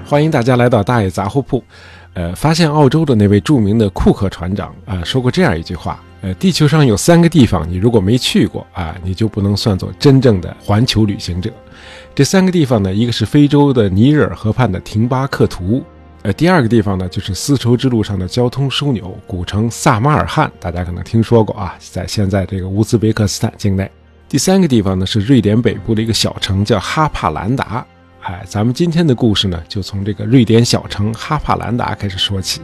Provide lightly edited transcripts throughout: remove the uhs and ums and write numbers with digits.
欢迎大家来到大爷杂货铺。发现澳洲的那位著名的库克船长说过这样一句话：地球上有3个地方，你如果没去过你就不能算作真正的环球旅行者。这3个地方呢，一个是非洲的尼日尔河畔的廷巴克图，第2个地方呢就是丝绸之路上的交通枢纽古城萨马尔罕，大家可能听说过在现在这个乌兹别克斯坦境内。第3个地方呢是瑞典北部的一个小城叫哈帕兰达。咱们今天的故事呢，就从这个瑞典小城哈帕兰达开始说起。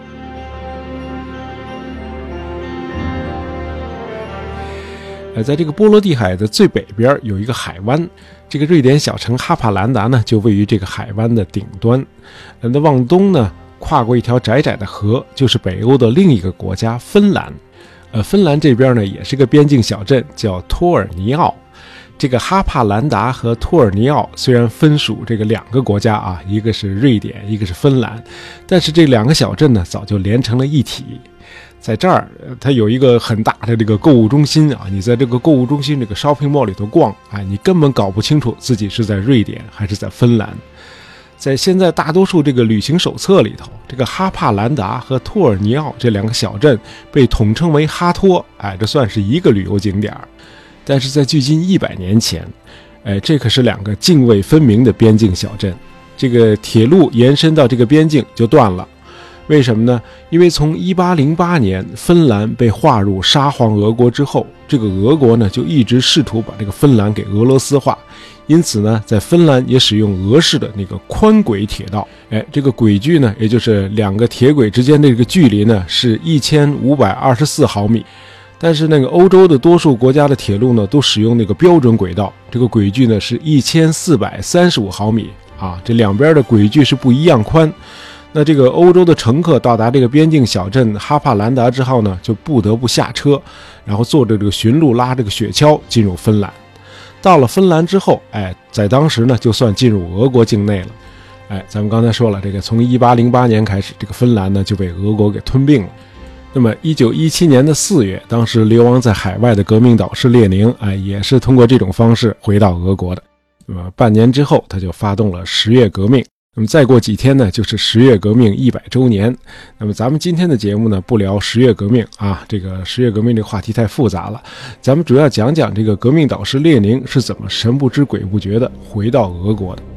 在这个波罗的海的最北边有一个海湾，这个瑞典小城哈帕兰达呢，就位于这个海湾的顶端。那往东呢，跨过一条窄窄的河，就是北欧的另一个国家芬兰。芬兰这边呢，也是个边境小镇，叫托尔尼奥。这个哈帕兰达和托尔尼奥虽然分属这个2个国家一个是瑞典，一个是芬兰，但是这2个小镇呢早就连成了一体。在这儿它有一个很大的这个购物中心你在这个购物中心这个 shopping mall 里头逛你根本搞不清楚自己是在瑞典还是在芬兰。在现在大多数这个旅行手册里头，这个哈帕兰达和托尔尼奥这2个小镇被统称为哈托，这算是一个旅游景点。但是在距今100年前，这可是2个泾渭分明的边境小镇。这个铁路延伸到这个边境就断了，为什么呢？因为从1808年芬兰被划入沙皇俄国之后，这个俄国呢就一直试图把这个芬兰给俄罗斯化，因此呢，在芬兰也使用俄式的那个宽轨铁道。这个轨距呢，也就是2个铁轨之间的这个距离呢，是1524毫米。但是那个欧洲的多数国家的铁路呢，都使用那个标准轨道，这个轨距呢是1435毫米这2边的轨距是不一样宽。那这个欧洲的乘客到达这个边境小镇哈帕兰达之后呢，就不得不下车，然后坐着这个驯鹿拉这个雪橇进入芬兰。到了芬兰之后，在当时呢就算进入俄国境内了。咱们刚才说了，这个从1808年开始，这个芬兰呢就被俄国给吞并了。那么1917年的4月，当时流亡在海外的革命导师列宁也是通过这种方式回到俄国的。那么半年之后，他就发动了10月革命。那么再过几天呢，就是10月革命100周年。那么咱们今天的节目呢，不聊10月革命这个10月革命这个话题太复杂了，咱们主要讲讲这个革命导师列宁是怎么神不知鬼不觉的回到俄国的。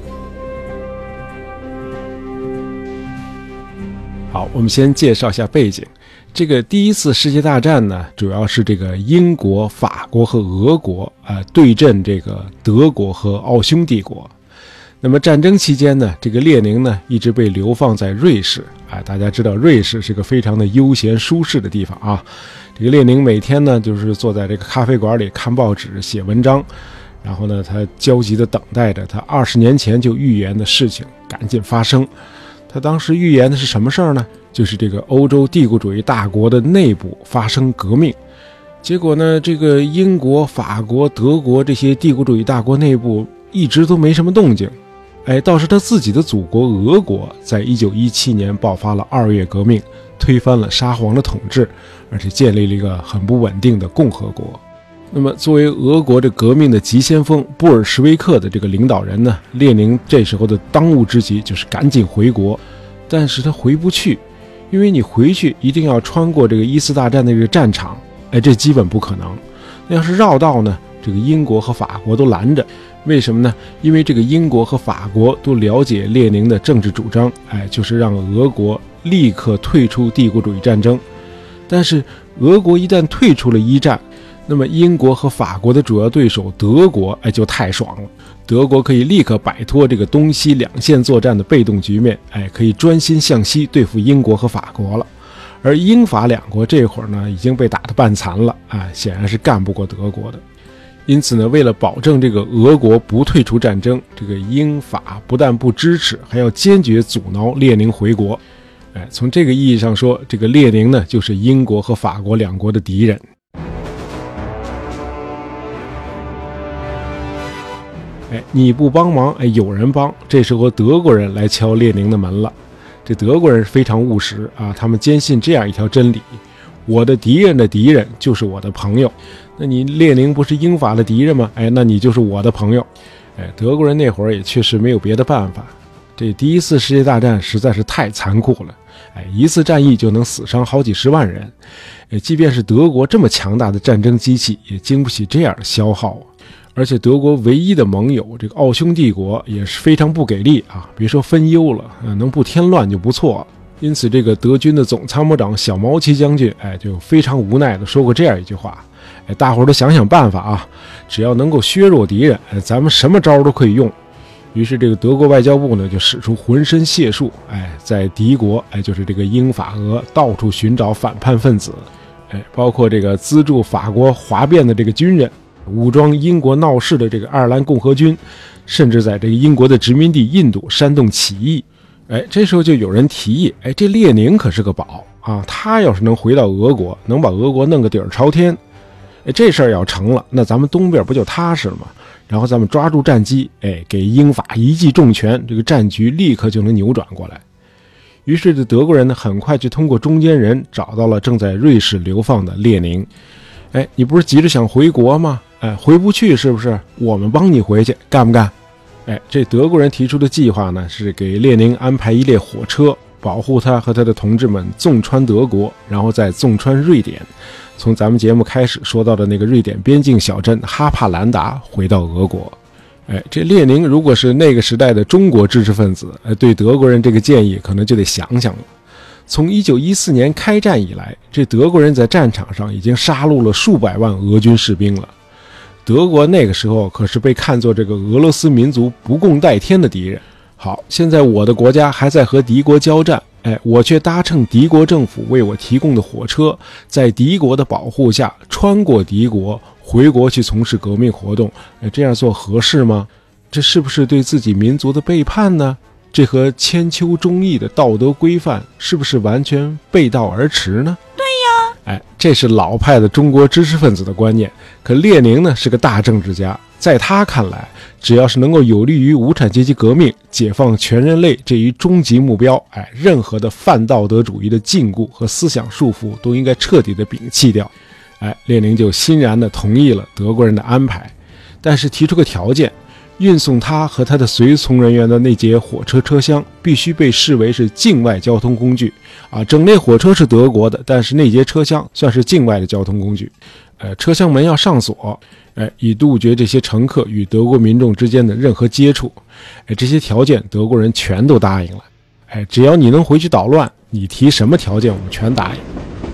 好，我们先介绍一下背景。这个第一次世界大战呢，主要是这个英国、法国和俄国对阵这个德国和奥匈帝国。那么战争期间呢，这个列宁呢一直被流放在瑞士。大家知道瑞士是个非常的悠闲舒适的地方这个列宁每天呢就是坐在这个咖啡馆里看报纸、写文章，然后呢他焦急地等待着他20年前就预言的事情赶紧发生。他当时预言的是什么事儿呢？就是这个欧洲帝国主义大国的内部发生革命。结果呢，这个英国、法国、德国这些帝国主义大国内部一直都没什么动静。倒是他自己的祖国俄国在1917年爆发了2月革命，推翻了沙皇的统治，而且建立了一个很不稳定的共和国。那么作为俄国这革命的急先锋布尔什维克的这个领导人呢，列宁这时候的当务之急就是赶紧回国。但是他回不去，因为你回去一定要穿过这个1次大战的这个战场，这基本不可能。那要是绕道呢，这个英国和法国都拦着。为什么呢？因为这个英国和法国都了解列宁的政治主张，就是让俄国立刻退出帝国主义战争。但是俄国一旦退出了一战，那么英国和法国的主要对手德国就太爽了。德国可以立刻摆脱这个东西2线作战的被动局面，可以专心向西对付英国和法国了。而英法2国这会儿呢已经被打得半残了，显然是干不过德国的。因此呢，为了保证这个俄国不退出战争，这个英法不但不支持，还要坚决阻挠列宁回国。从这个意义上说，这个列宁呢就是英国和法国2国的敌人。你不帮忙，有人帮。这时候德国人来敲列宁的门了。这德国人非常务实他们坚信这样一条真理：我的敌人的敌人就是我的朋友。那你列宁不是英法的敌人吗？那你就是我的朋友。德国人那会儿也确实没有别的办法。 这第一次世界大战实在是太残酷了，一次战役就能死伤好几十万人，即便是德国这么强大的战争机器，也经不起这样的消耗。而且德国唯一的盟友这个奥匈帝国也是非常不给力啊，别说分忧了，能不添乱就不错。因此这个德军的总参谋长小毛奇将军就非常无奈的说过这样一句话，大伙儿都想想办法啊，只要能够削弱敌人，咱们什么招都可以用。于是这个德国外交部呢就使出浑身解数，在敌国就是这个英法俄到处寻找反叛分子，包括这个资助法国哗变的这个军人，武装英国闹事的这个爱尔兰共和军，甚至在这个英国的殖民地印度煽动起义。这时候就有人提议，这列宁可是个宝啊，他要是能回到俄国，能把俄国弄个底儿朝天，这事儿要成了，那咱们东边不就踏实了吗？然后咱们抓住战机，给英法一记重拳，这个战局立刻就能扭转过来。于是这德国人呢，很快就通过中间人找到了正在瑞士流放的列宁。你不是急着想回国吗？回不去是不是？我们帮你回去，干不干？这德国人提出的计划呢，是给列宁安排一列火车，保护他和他的同志们纵穿德国，然后再纵穿瑞典，从咱们节目开始说到的那个瑞典边境小镇哈帕兰达回到俄国。这列宁如果是那个时代的中国知识分子，对德国人这个建议可能就得想想了。从1914年开战以来，这德国人在战场上已经杀戮了数百万俄军士兵了。德国那个时候可是被看作这个俄罗斯民族不共戴天的敌人。好，现在我的国家还在和敌国交战，我却搭乘敌国政府为我提供的火车，在敌国的保护下穿过敌国回国去从事革命活动，这样做合适吗？这是不是对自己民族的背叛呢？这和千秋忠义的道德规范是不是完全背道而驰呢？这是老派的中国知识分子的观念。可列宁呢是个大政治家，在他看来，只要是能够有利于无产阶级革命、解放全人类这一终极目标，任何的泛道德主义的禁锢和思想束缚都应该彻底的摒弃掉。列宁就欣然的同意了德国人的安排，但是提出个条件，运送他和他的随从人员的那节火车车厢必须被视为是境外交通工具整列火车是德国的，但是那节车厢算是境外的交通工具。车厢门要上锁，以杜绝这些乘客与德国民众之间的任何接触。这些条件德国人全都答应了。只要你能回去捣乱，你提什么条件我们全答应。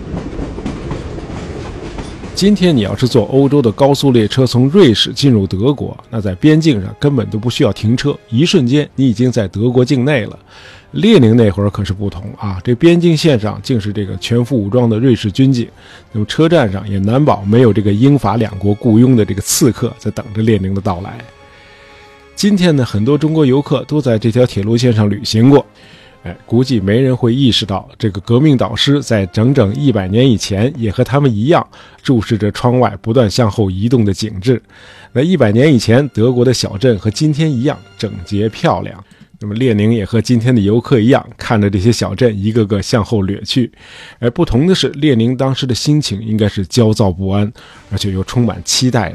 今天你要是坐欧洲的高速列车从瑞士进入德国，那在边境上根本都不需要停车，一瞬间你已经在德国境内了。列宁那会儿可是不同啊，这边境线上竟是这个全副武装的瑞士军警，那么车站上也难保没有这个英法两国雇佣的这个刺客在等着列宁的到来。今天呢，很多中国游客都在这条铁路线上旅行过，估计没人会意识到，这个革命导师在整整100年以前也和他们一样，注视着窗外不断向后移动的景致。那100年以前，德国的小镇和今天一样整洁漂亮。那么列宁也和今天的游客一样，看着这些小镇一个个向后掠去。而不同的是，列宁当时的心情应该是焦躁不安，而且又充满期待的。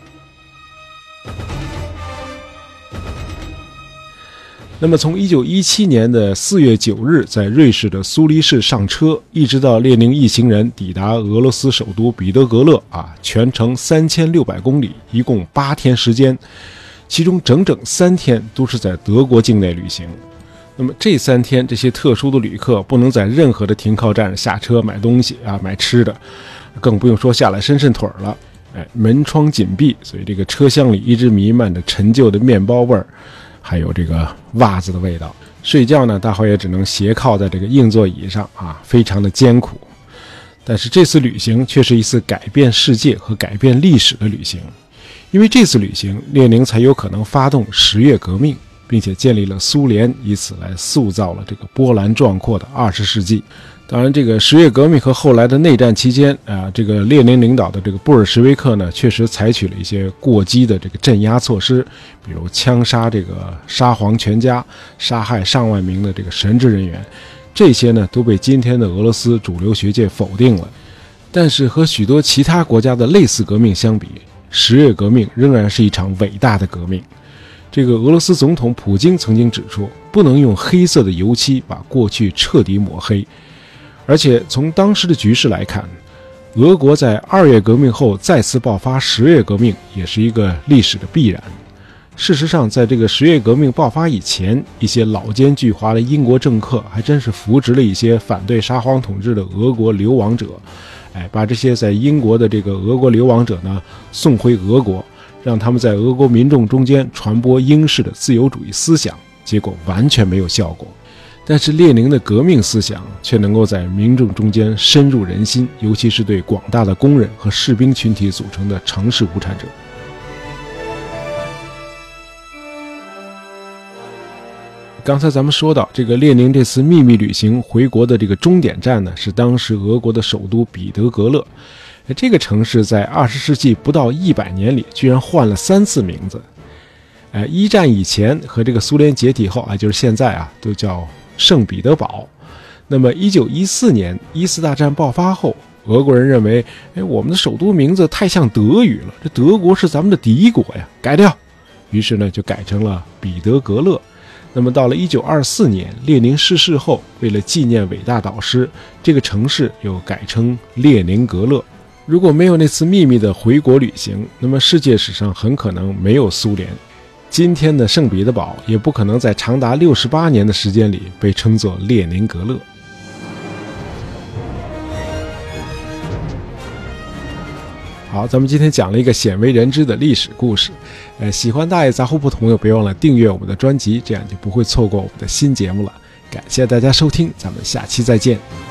那么从1917年的4月9日在瑞士的苏黎世上车，一直到列宁一行人抵达俄罗斯首都彼得格勒全程3600公里，一共8天时间，其中整整3天都是在德国境内旅行。那么这3天，这些特殊的旅客不能在任何的停靠站下车买东西买吃的，更不用说下来伸伸腿了。门窗紧闭，所以这个车厢里一直弥漫着陈旧的面包味儿，还有这个袜子的味道。睡觉呢，大伙也只能斜靠在这个硬座椅上非常的艰苦。但是这次旅行却是一次改变世界和改变历史的旅行，因为这次旅行，列宁才有可能发动10月革命，并且建立了苏联，以此来塑造了这个波澜壮阔的20世纪。当然，这个10月革命和后来的内战期间这个列宁领导的这个布尔什维克呢，确实采取了一些过激的这个镇压措施，比如枪杀这个沙皇全家，杀害上万名的这个神职人员，这些呢都被今天的俄罗斯主流学界否定了。但是和许多其他国家的类似革命相比，10月革命仍然是一场伟大的革命。 这个俄罗斯总统普京曾经指出，不能用黑色的油漆把过去彻底抹黑。而且从当时的局势来看，俄国在2月革命后再次爆发10月革命，也是一个历史的必然。事实上，在这个10月革命爆发以前，一些老奸巨猾的英国政客还真是扶植了一些反对沙皇统治的俄国流亡者，把这些在英国的这个俄国流亡者呢送回俄国，让他们在俄国民众中间传播英式的自由主义思想，结果完全没有效果。但是列宁的革命思想却能够在民众中间深入人心，尤其是对广大的工人和士兵群体组成的城市无产者。刚才咱们说到，这个列宁这次秘密旅行回国的这个终点站呢，是当时俄国的首都彼得格勒。这个城市在20世纪不到100年里，居然换了3次名字。一战以前和这个苏联解体后就是现在都叫圣彼得堡。那么1914年一次大战爆发后，俄国人认为，我们的首都名字太像德语了，这德国是咱们的敌国呀，改掉。于是呢，就改成了彼得格勒。那么到了1924年，列宁逝世后，为了纪念伟大导师，这个城市又改称列宁格勒。如果没有那次秘密的回国旅行，那么世界史上很可能没有苏联，今天的圣彼得堡也不可能在长达68年的时间里被称作列宁格勒。好，咱们今天讲了一个鲜为人知的历史故事。喜欢大爷杂货铺的朋友，别忘了订阅我们的专辑，这样就不会错过我们的新节目了。感谢大家收听，咱们下期再见。